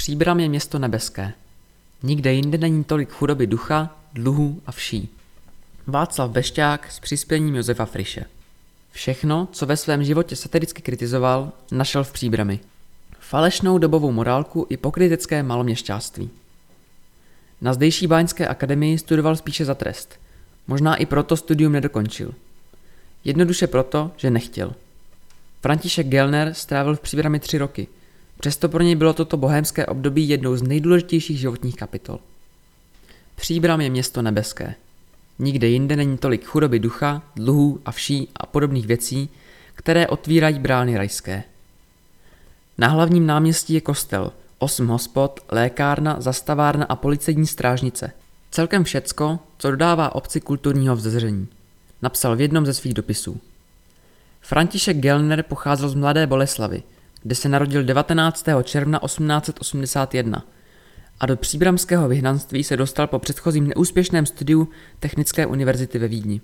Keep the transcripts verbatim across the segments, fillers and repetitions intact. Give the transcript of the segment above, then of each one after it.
Příbram je město nebeské. Nikde jinde není tolik chudoby ducha, dluhů a vší. Václav Bešťák s přispěním Josefa Friše. Všechno, co ve svém životě satiricky kritizoval, našel v Příbrami. Falešnou dobovou morálku i pokrytecké maloměšťáctví. Na zdejší báňské akademii studoval spíše za trest. Možná i proto studium nedokončil. Jednoduše proto, že nechtěl. František Gellner strávil v Příbrami tři roky. Přesto pro něj bylo toto bohémské období jednou z nejdůležitějších životních kapitol. Příbram je město nebeské. Nikde jinde není tolik chudoby ducha, dluhů a vší a podobných věcí, které otvírají brány rajské. Na hlavním náměstí je kostel, osm hospod, lékárna, zastavárna a policejní strážnice. Celkem všecko, co dodává obci kulturního vzezření. Napsal v jednom ze svých dopisů. František Gellner pocházel z Mladé Boleslavi, kde se narodil devatenáctého června osmnáct set osmdesát jedna a do příbramského vyhnanství se dostal po předchozím neúspěšném studiu Technické univerzity ve Vídni.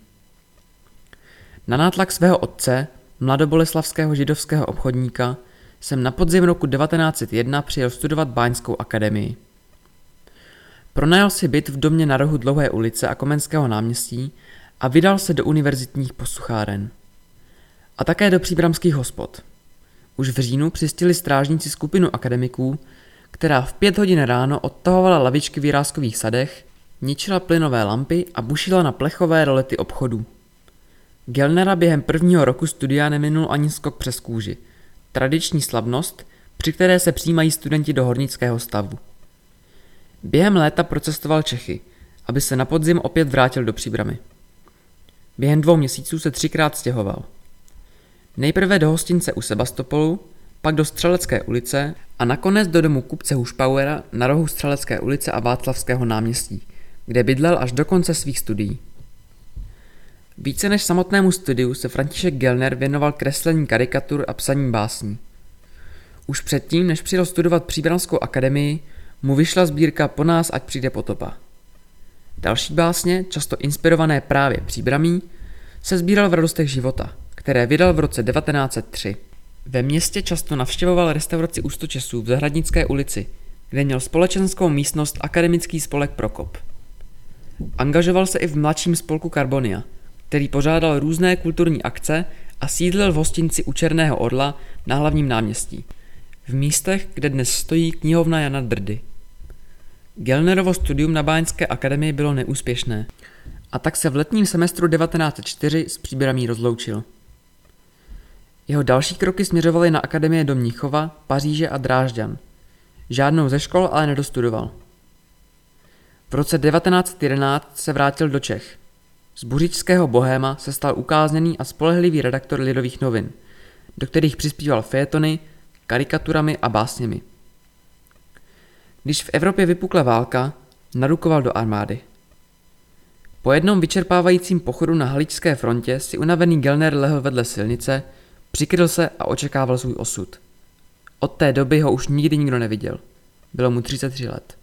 Na nátlak svého otce, mladoboleslavského židovského obchodníka, jsem na podzim roku devatenáct set jedna přijel studovat Báňskou akademii. Pronajal si byt v domě na rohu Dlouhé ulice a Komenského náměstí a vydal se do univerzitních poslucháren. A také do příbramských hospod. Už v říjnu přistihli strážníci skupinu akademiků, která v pět hodin ráno odtahovala lavičky v Jiráskových sadech, ničila plynové lampy a bušila na plechové rolety obchodů. Gellnera během prvního roku studia neminul ani skok přes kůži, tradiční slavnost, při které se přijímají studenti do hornického stavu. Během léta procestoval Čechy, aby se na podzim opět vrátil do Příbramy. Během dvou měsíců se třikrát stěhoval. Nejprve do hostince u Sebastopolu, pak do Střelecké ulice a nakonec do domu kupce Hušpauera na rohu Střelecké ulice a Václavského náměstí, kde bydlel až do konce svých studií. Více než samotnému studiu se František Gellner věnoval kreslení karikatur a psaní básní. Už předtím, než přijel studovat Příbramskou akademii, mu vyšla sbírka Po nás ať přijde potopa. Další básně, často inspirované právě Příbramí, se sbíral v Radostech života, které vydal v roce devatenáct set tři. Ve městě často navštěvoval restauraci u Stočesů v Zahradnické ulici, kde měl společenskou místnost Akademický spolek Prokop. Angažoval se i v mladším spolku Karbonia, který pořádal různé kulturní akce a sídlil v hostinci u Černého orla na hlavním náměstí, v místech, kde dnes stojí knihovna Jana Drdy. Gellnerovo studium na Báňské akademii bylo neúspěšné a tak se v letním semestru devatenáct set čtyři s Příbramí rozloučil. Jeho další kroky směřovaly na akademie do Mnichova, Paříže a Drážďan. Žádnou ze škol ale nedostudoval. V roce devatenáct set jedenáct se vrátil do Čech. Z buřičského bohéma se stal ukázněný a spolehlivý redaktor Lidových novin, do kterých přispíval fejetony, karikaturami a básněmi. Když v Evropě vypukla válka, narukoval do armády. Po jednom vyčerpávajícím pochodu na Haličské frontě si unavený Gellner lehl vedle silnice, přikryl se a očekával svůj osud. Od té doby ho už nikdy nikdo neviděl. Bylo mu třicet tři let.